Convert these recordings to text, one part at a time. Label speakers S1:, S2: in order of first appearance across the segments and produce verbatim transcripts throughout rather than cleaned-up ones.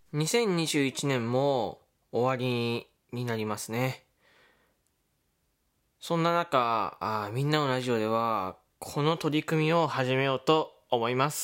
S1: にせんにじゅういちねんも終わりになりますね。そんな中、あみんなのラジオではこの取り組みを始めようと思います。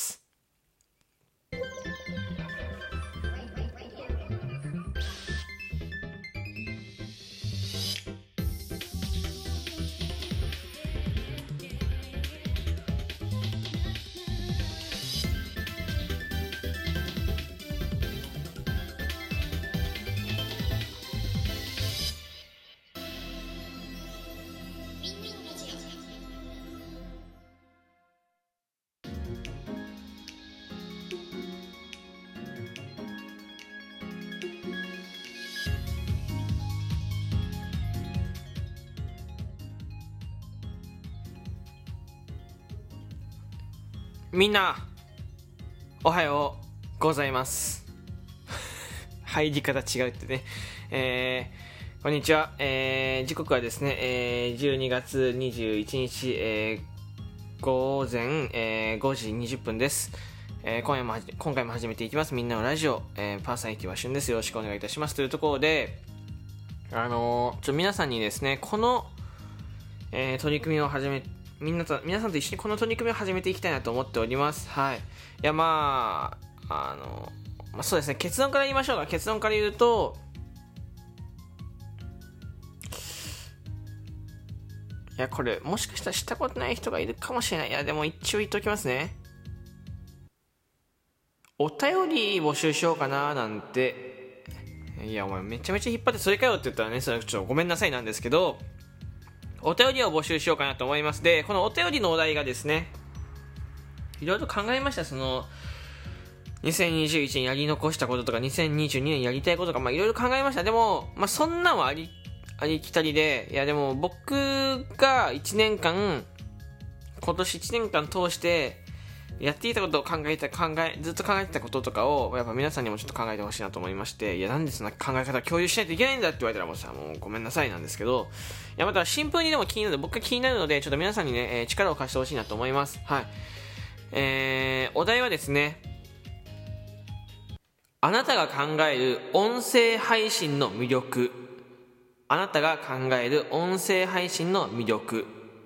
S1: みんなおはようございます入り方違うってね、えー、こんにちは、えー、時刻はですね、えー、じゅうにがつにじゅういちにち、えー、午前、えー、ごじにじゅっぷんです。えー、今夜も今回も始めていきますみんなのラジオ、えー、パーソナリティはしゅんです。よろしくお願いいたしますというところで、あのー、ちょ皆さんにですねこの、えー、取り組みを始めみんなと皆さんと一緒にこの取り組みを始めていきたいなと思っております。はい。いやまああの、まあ、そうですね、結論から言いましょうか。結論から言うと、いやこれもしかしたら知ったことない人がいるかもしれない。いやでも一応言っておきますね。お便り募集しようかななんて。いやお前めちゃめちゃ引っ張ってそれかよって言ったらね、それちょっとごめんなさいなんですけど、お便りを募集しようかなと思います。でこのお便りのお題がですね、いろいろと考えました。そのにせんにじゅういちねんやり残したこととかにせんにじゅうにねんやりたいこととか、まあいろいろ考えました。でも、まあ、そんなんはありありきたりで、いやでも僕がいちねんかん今年いちねんかん通してやっていたことを考えた考えずっと考えてたこととかをやっぱ皆さんにもちょっと考えてほしいなと思いまして、いやなんでそんな考え方共有しないといけないんだって言われたらもうさもうごめんなさいなんですけど、いやまたシンプルにでも気になる僕が気になるので、ちょっと皆さんにね、えー、力を貸してほしいなと思います。はい。えー、お題はですね、あなたが考える音声配信の魅力。あなたが考える音声配信の魅力。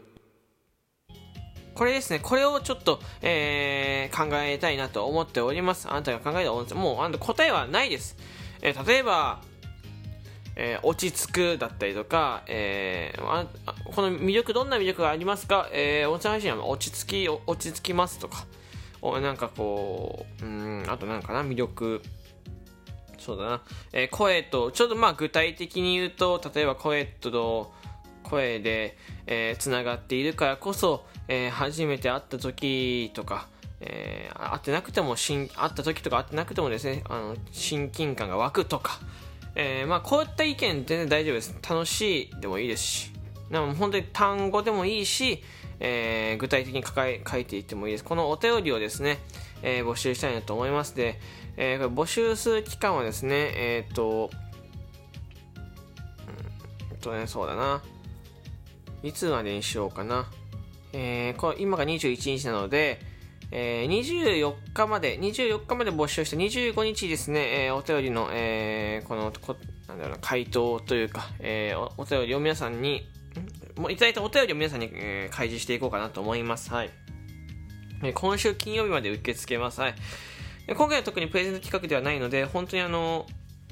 S1: これですね、これをちょっと、えー、考えたいなと思っております。あなたが考える音声、もうあの答えはないです。えー、例えば、えー、落ち着くだったりとか、えー、あこの魅力どんな魅力がありますか、えー、音声配信は落ち着き落ち着きますとか、おなんかこう、うん、あとなんかな魅力。そうだな、えー、声とちょっとまあ具体的に言うと、例えば声と声で、えー、つながっているからこそ、えー、初めて会った時とか、えー、会ってなくても会った時とか会ってなくてもですね、あの親近感が湧くとか、えー、まあこういった意見全然大丈夫です。楽しいでもいいですし、なも本当に単語でもいいし、えー、具体的に書か書いていってもいいです。このお便りをですね、えー、募集したいなと思います。で、えー、これ募集する期間はですね、えっ、ー、と、うんとね、そうだな。いつまでにしようかな。えー、これ今がにじゅういちにちなので、えー、にじゅうよっかまで、にじゅうよっかまで募集してにじゅうごにちですね、えー、お便りの、えー、この、こなんだろうな、回答というか、えー、お, お便りを皆さんに、もういただいたお便りを皆さんに、えー、開示していこうかなと思います。はい。えー、今週金曜日まで受け付けます。はい。今回は特にプレゼント企画ではないので、本当にあの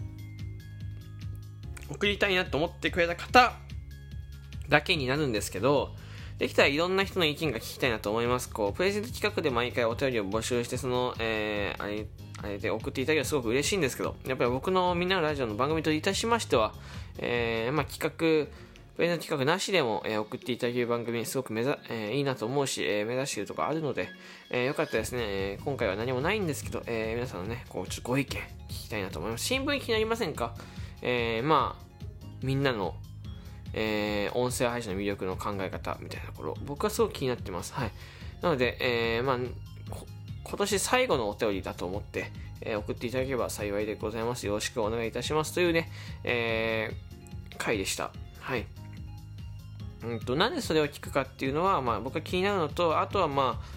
S1: 送りたいなと思ってくれた方だけになるんですけど、できたらいろんな人の意見が聞きたいなと思います。こうプレゼント企画で毎回お便りを募集して、その、えー、あれあれで送っていただけるとすごく嬉しいんですけど、やっぱり僕のみんなのラジオの番組といたしましては、えーまあ、企画プレゼント企画なしでも、えー、送っていただける番組すごく目ざ、えー、いいなと思うし、えー、目指しているところあるので、えー、よかったですね、えー、今回は何もないんですけど、えー、皆さんのねこうちょっとご意見聞きたいなと思います。新聞気になりませんか？えー、まあみんなの、えー、音声配信の魅力の考え方みたいなところ、僕はすごく気になってます。はい。なので、えー、まあ今年最後のお便りだと思って、えー、送っていただければ幸いでございます。よろしくお願いいたしますというね、えー、回でした。はい。うんとなんでそれを聞くかっていうのは、まあ、僕が気になるのと、あとはまあ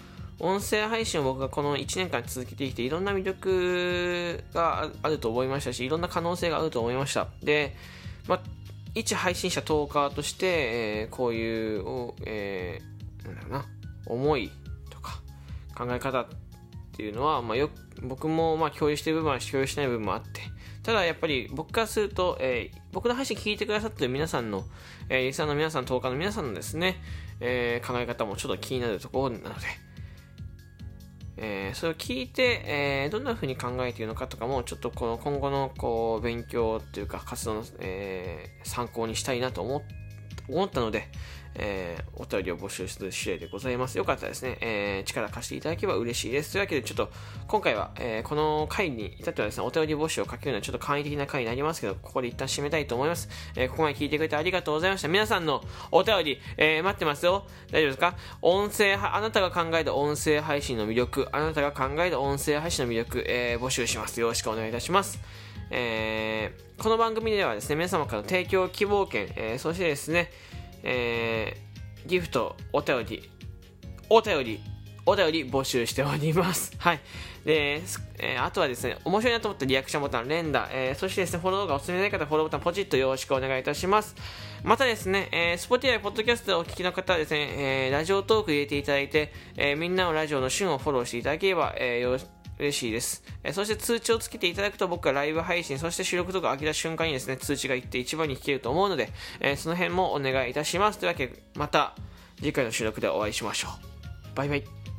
S1: 音声配信を僕がこのいちねんかん続けてきていろんな魅力があると思いましたし、いろんな可能性があると思いました。で、まあ、一配信者トーカーとして、えー、こういう、えー、なんだろうな、思いとか考え方っていうのは、まあ、よ僕もまあ共有している部分は共有しない部分もあって、ただやっぱり僕からすると、えー、僕の配信聞いてくださっている皆さんの、えー、リスナーの皆さん、トーカーの皆さんのですね、えー、考え方もちょっと気になるところなので、えー、それを聞いて、えー、どんな風に考えているのかとかもちょっとこの今後のこう勉強というか活動の、えー、参考にしたいなと思っ思ったので、えー、お便りを募集する次第でございます。よかったらですね、えー、力貸していただければ嬉しいです。というわけでちょっと今回は、えー、この回に至ってはですね、お便り募集をかけるのはちょっと簡易的な回になりますけど、ここで一旦締めたいと思います。えー、ここまで聞いてくれてありがとうございました。皆さんのお便り、えー、待ってますよ。大丈夫ですか？音声、あなたが考えた音声配信の魅力、あなたが考えた音声配信の魅力、えー、募集します。よろしくお願いいたします。えー、この番組ではですね、皆様からの提供希望券、えー、そしてですね、えー、ギフト、お便り、お便り、お便り募集しております。はい。で、えー、あとはですね、面白いなと思ったリアクションボタン、連打、えー、そしてですね、フォロー動画おすすめない方はフォローボタンポチッとよろしくお願いいたします。またですね、えー、Spotify、ポッドキャストでお聞きの方はですね、えー、ラジオトーク入れていただいて、えー、みんなのラジオの旬をフォローしていただければ、えー、よろし嬉しいです、えー、そして通知をつけていただくと僕がライブ配信そして収録とか開けた瞬間にですね通知がいって一番に聞けると思うので、えー、その辺もお願いいたします。というわけでまた次回の収録でお会いしましょう。バイバイ。